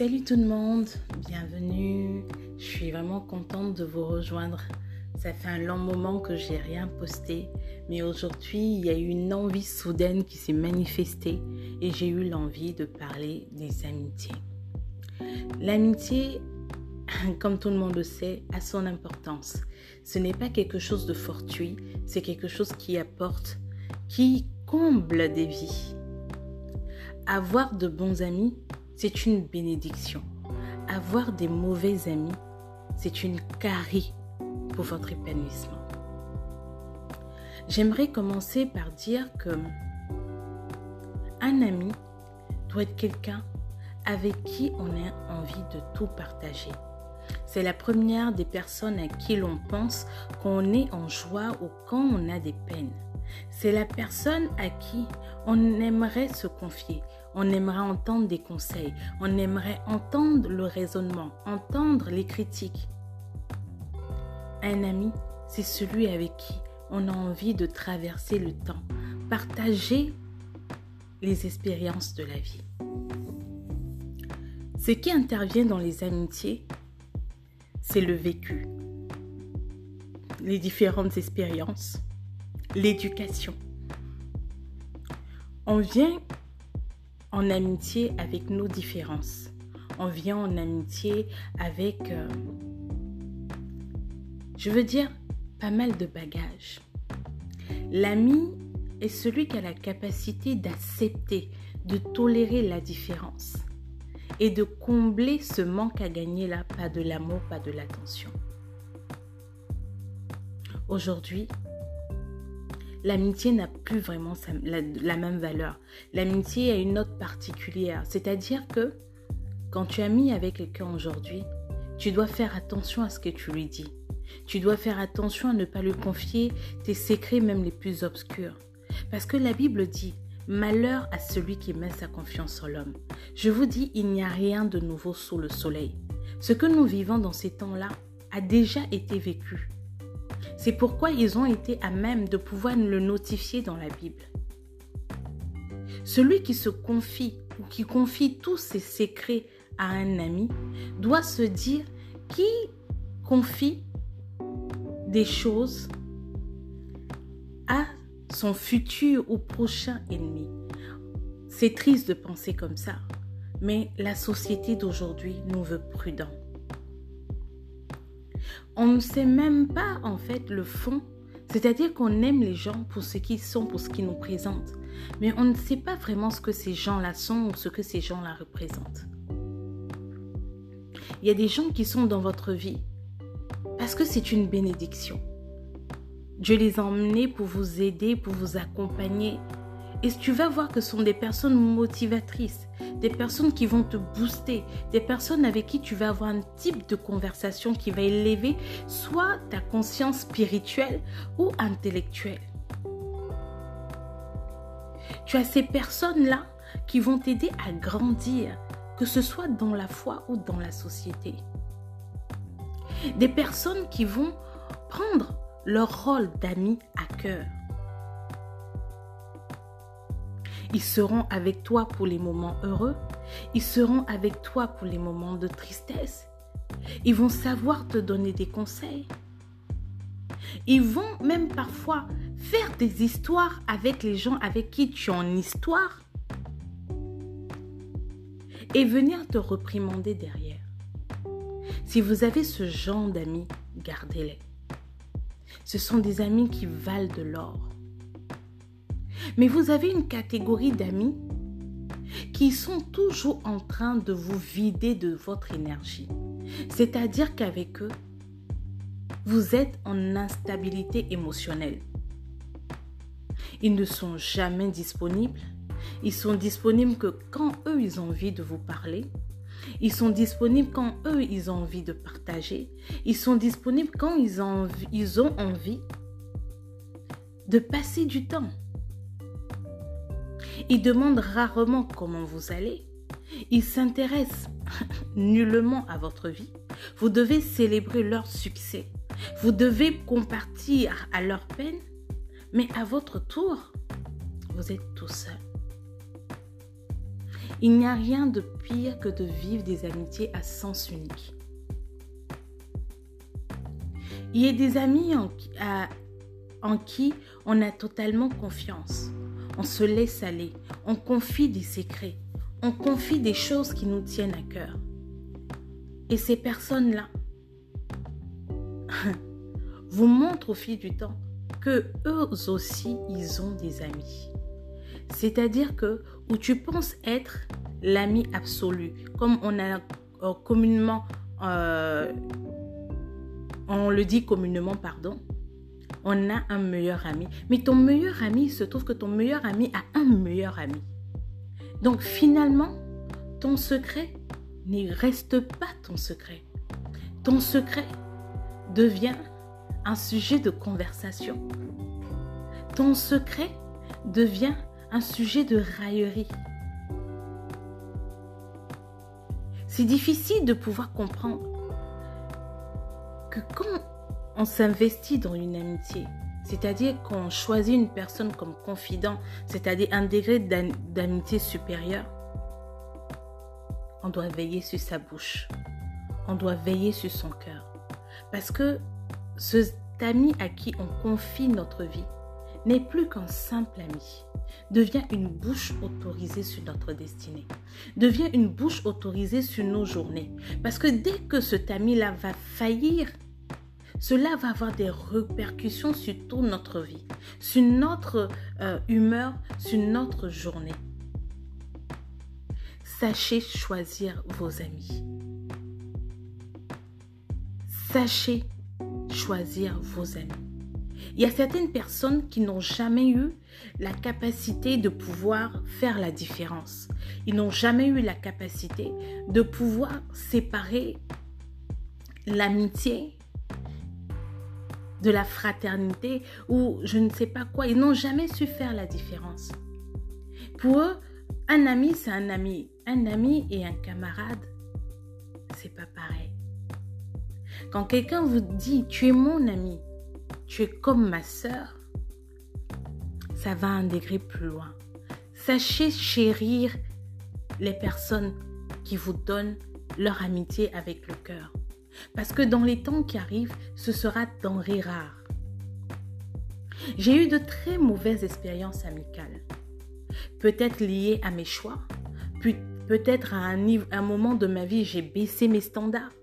Salut tout le monde, bienvenue. Je suis vraiment contente de vous rejoindre. Ça fait un long moment que j'ai rien posté, mais aujourd'hui, il y a eu une envie soudaine qui s'est manifestée et j'ai eu l'envie de parler des amitiés. L'amitié, comme tout le monde le sait, a son importance. Ce n'est pas quelque chose de fortuit, c'est quelque chose qui apporte, qui comble des vies. Avoir de bons amis, c'est une bénédiction. Avoir des mauvais amis, c'est une carie pour votre épanouissement. J'aimerais commencer par dire que un ami doit être quelqu'un avec qui on a envie de tout partager. C'est la première des personnes à qui l'on pense quand on est en joie ou quand on a des peines. C'est la personne à qui on aimerait se confier, on aimerait entendre des conseils, on aimerait entendre le raisonnement, entendre les critiques. Un ami, c'est celui avec qui on a envie de traverser le temps, partager les expériences de la vie. Ce qui intervient dans les amitiés, c'est le vécu, les différentes expériences, l'éducation. On vient en amitié avec nos différences. On vient en amitié avec, pas mal de bagages. L'ami est celui qui a la capacité d'accepter, de tolérer la différence et de combler ce manque à gagner là, pas de l'amour, pas de l'attention. Aujourd'hui, l'amitié n'a plus vraiment la même valeur. L'amitié a une note particulière. C'est-à-dire que quand tu es ami avec quelqu'un aujourd'hui, tu dois faire attention à ce que tu lui dis. Tu dois faire attention à ne pas lui confier tes secrets, même les plus obscurs. Parce que la Bible dit « Malheur à celui qui met sa confiance en l'homme ». Je vous dis, il n'y a rien de nouveau sous le soleil. Ce que nous vivons dans ces temps-là a déjà été vécu. C'est pourquoi ils ont été à même de pouvoir le notifier dans la Bible. Celui qui se confie ou qui confie tous ses secrets à un ami doit se dire qui confie des choses à son futur ou prochain ennemi. C'est triste de penser comme ça, mais la société d'aujourd'hui nous veut prudents. On ne sait même pas en fait le fond, c'est-à-dire qu'on aime les gens pour ce qu'ils sont, pour ce qu'ils nous présentent, mais on ne sait pas vraiment ce que ces gens-là sont ou ce que ces gens-là représentent. Il y a des gens qui sont dans votre vie parce que c'est une bénédiction. Dieu les a emmenés pour vous aider, pour vous accompagner. Et tu vas voir que ce sont des personnes motivatrices, des personnes qui vont te booster, des personnes avec qui tu vas avoir un type de conversation qui va élever soit ta conscience spirituelle ou intellectuelle. Tu as ces personnes-là qui vont t'aider à grandir, que ce soit dans la foi ou dans la société. Des personnes qui vont prendre leur rôle d'amis à cœur. Ils seront avec toi pour les moments heureux. Ils seront avec toi pour les moments de tristesse. Ils vont savoir te donner des conseils. Ils vont même parfois faire des histoires avec les gens avec qui tu es en histoire et venir te réprimander derrière. Si vous avez ce genre d'amis, gardez-les. Ce sont des amis qui valent de l'or. Mais vous avez une catégorie d'amis qui sont toujours en train de vous vider de votre énergie. C'est-à-dire qu'avec eux, vous êtes en instabilité émotionnelle. Ils ne sont jamais disponibles. Ils sont disponibles que quand eux, ils ont envie de vous parler. Ils sont disponibles quand eux, ils ont envie de partager. Ils sont disponibles quand ils ont envie de passer du temps. Ils demandent rarement comment vous allez. Ils s'intéressent nullement à votre vie. Vous devez célébrer leur succès. Vous devez compartir à leur peine. Mais à votre tour, vous êtes tout seul. Il n'y a rien de pire que de vivre des amitiés à sens unique. Il y a des amis en qui on a totalement confiance. On se laisse aller, on confie des secrets, on confie des choses qui nous tiennent à cœur. Et ces personnes-là vous montrent au fil du temps que eux aussi, ils ont des amis. C'est-à-dire que où tu penses être l'ami absolu, comme on a communément, on le dit communément, on a un meilleur ami. Mais ton meilleur ami, il se trouve que ton meilleur ami a un meilleur ami. Donc finalement, ton secret ne reste pas ton secret. Ton secret devient un sujet de conversation. Ton secret devient un sujet de raillerie. C'est difficile de pouvoir comprendre que quand on s'investit dans une amitié, c'est-à-dire qu'on choisit une personne comme confident, c'est-à-dire un degré d'amitié supérieur, on doit veiller sur sa bouche, on doit veiller sur son cœur. Parce que cet ami à qui on confie notre vie n'est plus qu'un simple ami, devient une bouche autorisée sur notre destinée, devient une bouche autorisée sur nos journées. Parce que dès que cet ami-là va faillir, cela va avoir des répercussions sur toute notre vie, sur notre humeur, sur notre journée. Sachez choisir vos amis. Sachez choisir vos amis. Il y a certaines personnes qui n'ont jamais eu la capacité de pouvoir faire la différence. Ils n'ont jamais eu la capacité de pouvoir séparer l'amitié de la fraternité ou je ne sais pas quoi. Ils n'ont jamais su faire la différence. Pour eux, un ami, c'est un ami. Un ami et un camarade, c'est pas pareil. Quand quelqu'un vous dit « tu es mon ami », tu es comme ma sœur, ça va un degré plus loin. Sachez chérir les personnes qui vous donnent leur amitié avec le cœur. Parce que dans les temps qui arrivent, ce sera denrée rare. J'ai eu de très mauvaises expériences amicales. Peut-être liées à mes choix, peut-être à un moment de ma vie, j'ai baissé mes standards.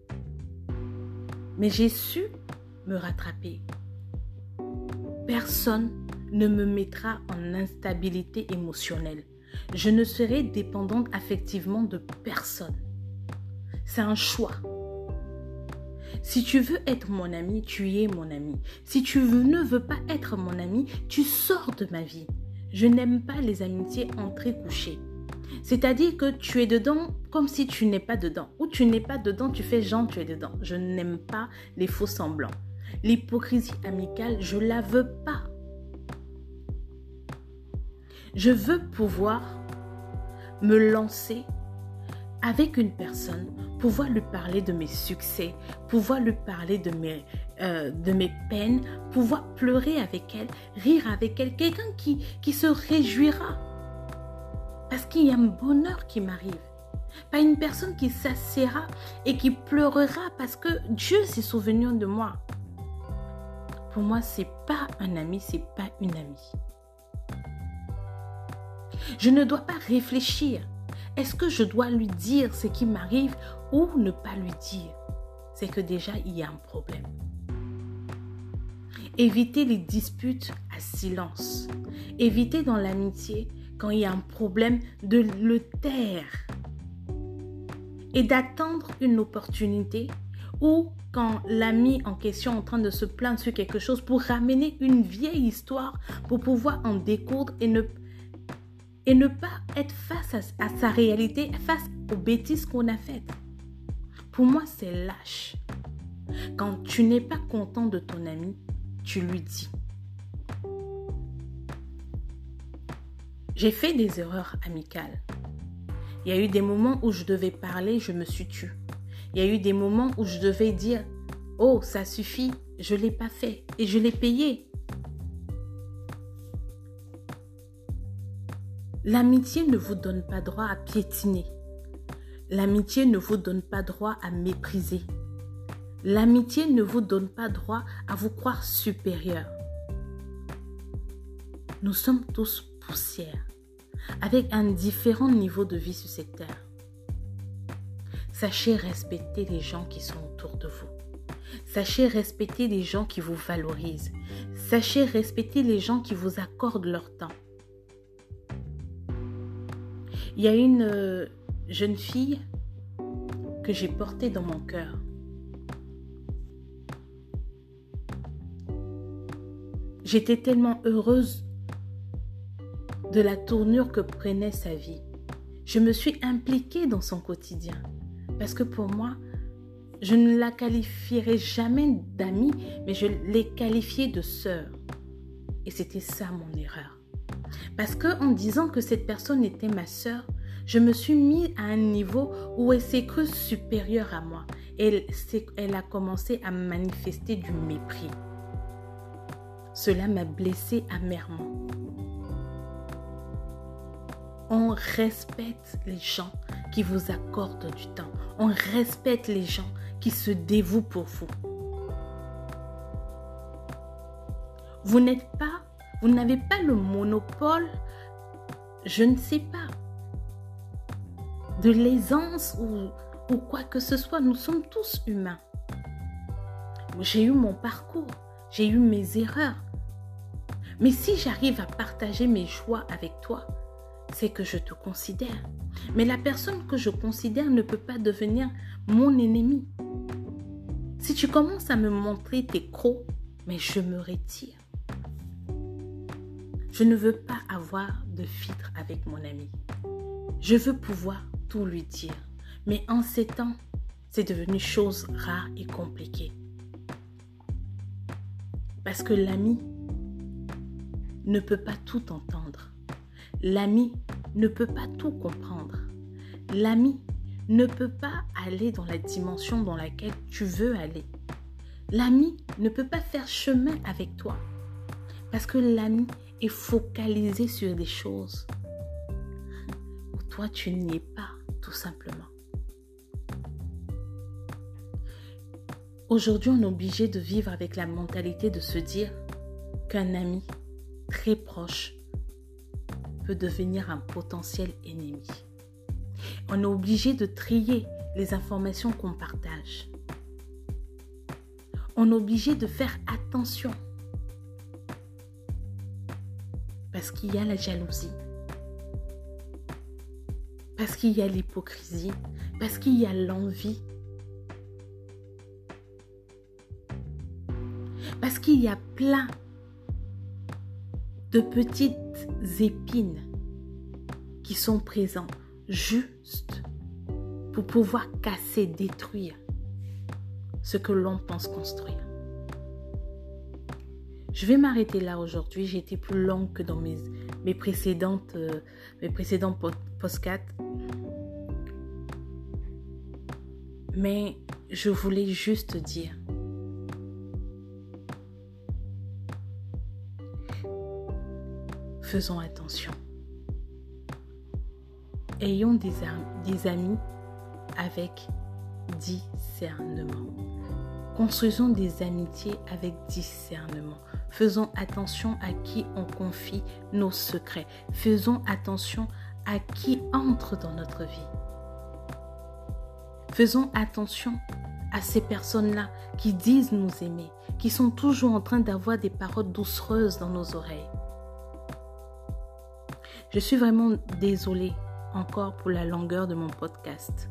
Mais j'ai su me rattraper. Personne ne me mettra en instabilité émotionnelle. Je ne serai dépendante affectivement de personne. C'est un choix. Si tu veux être mon ami, tu es mon ami. Si tu ne veux pas être mon ami, tu sors de ma vie. Je n'aime pas les amitiés entrées-couchées. C'est-à-dire que tu es dedans comme si tu n'es pas dedans. Ou tu n'es pas dedans, tu fais genre tu es dedans. Je n'aime pas les faux semblants. L'hypocrisie amicale, je ne la veux pas. Je veux pouvoir me lancer avec une personne, pouvoir lui parler de mes succès, pouvoir lui parler de mes peines, pouvoir pleurer avec elle, rire avec elle, quelqu'un qui se réjouira. Parce qu'il y a un bonheur qui m'arrive. Pas une personne qui s'assiera et qui pleurera parce que Dieu s'est souvenu de moi. Pour moi, c'est pas un ami, c'est pas une amie. Je ne dois pas réfléchir. Est-ce que je dois lui dire ce qui m'arrive ou ne pas lui dire? C'est que déjà, il y a un problème. Évitez les disputes à silence. Évitez dans l'amitié, quand il y a un problème, de le taire. Et d'attendre une opportunité ou quand l'ami en question est en train de se plaindre sur quelque chose pour ramener une vieille histoire pour pouvoir en découdre et ne pas être face à sa réalité, face aux bêtises qu'on a faites. Pour moi, c'est lâche. Quand tu n'es pas content de ton ami, tu lui dis. J'ai fait des erreurs amicales. Il y a eu des moments où je devais parler, je me suis tue. Il y a eu des moments où je devais dire « Oh, ça suffit, je ne l'ai pas fait et je l'ai payé. » L'amitié ne vous donne pas droit à piétiner. L'amitié ne vous donne pas droit à mépriser. L'amitié ne vous donne pas droit à vous croire supérieur. Nous sommes tous poussière, avec un différent niveau de vie sur cette terre. Sachez respecter les gens qui sont autour de vous. Sachez respecter les gens qui vous valorisent. Sachez respecter les gens qui vous accordent leur temps. Il y a une jeune fille que j'ai portée dans mon cœur. J'étais tellement heureuse de la tournure que prenait sa vie. Je me suis impliquée dans son quotidien parce que pour moi, je ne la qualifierai jamais d'amie, mais je l'ai qualifiée de sœur. Et c'était ça mon erreur. Parce qu'en disant que cette personne était ma sœur, je me suis mis à un niveau où elle s'est crue supérieure à moi. Elle a commencé à manifester du mépris. Cela m'a blessée amèrement. On respecte les gens qui vous accordent du temps. On respecte les gens qui se dévouent pour vous. Vous n'avez pas le monopole, je ne sais pas, de l'aisance ou quoi que ce soit. Nous sommes tous humains. J'ai eu mon parcours, j'ai eu mes erreurs. Mais si j'arrive à partager mes joies avec toi, c'est que je te considère. Mais la personne que je considère ne peut pas devenir mon ennemi. Si tu commences à me montrer tes crocs, mais je me retire. Je ne veux pas avoir de filtre avec mon ami. Je veux pouvoir tout lui dire. Mais en ces temps, c'est devenu chose rare et compliquée. Parce que l'ami ne peut pas tout entendre. L'ami ne peut pas tout comprendre. L'ami ne peut pas aller dans la dimension dans laquelle tu veux aller. L'ami ne peut pas faire chemin avec toi. Parce que l'ami est focalisé sur des choses où toi tu n'y es pas, tout simplement. Aujourd'hui, on est obligé de vivre avec la mentalité de se dire qu'un ami très proche peut devenir un potentiel ennemi. On est obligé de trier les informations qu'on partage. On est obligé de faire attention parce qu'il y a la jalousie, parce qu'il y a l'hypocrisie, parce qu'il y a l'envie, parce qu'il y a plein de petites épines qui sont présentes juste pour pouvoir casser, détruire ce que l'on pense construire. Je vais m'arrêter là aujourd'hui. J'ai été plus longue que dans mes précédents podcasts. Mais je voulais juste dire faisons attention. Ayons des amis avec discernement. Construisons des amitiés avec discernement. Faisons attention à qui on confie nos secrets. Faisons attention à qui entre dans notre vie. Faisons attention à ces personnes-là qui disent nous aimer, qui sont toujours en train d'avoir des paroles doucereuses dans nos oreilles. Je suis vraiment désolée encore pour la longueur de mon podcast.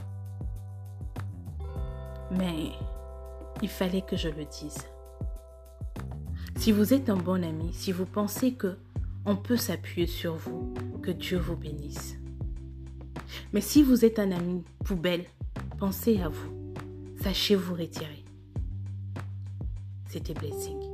Mais il fallait que je le dise. Si vous êtes un bon ami, si vous pensez qu'on peut s'appuyer sur vous, que Dieu vous bénisse. Mais si vous êtes un ami poubelle, pensez à vous. Sachez vous retirer. C'était Blessing.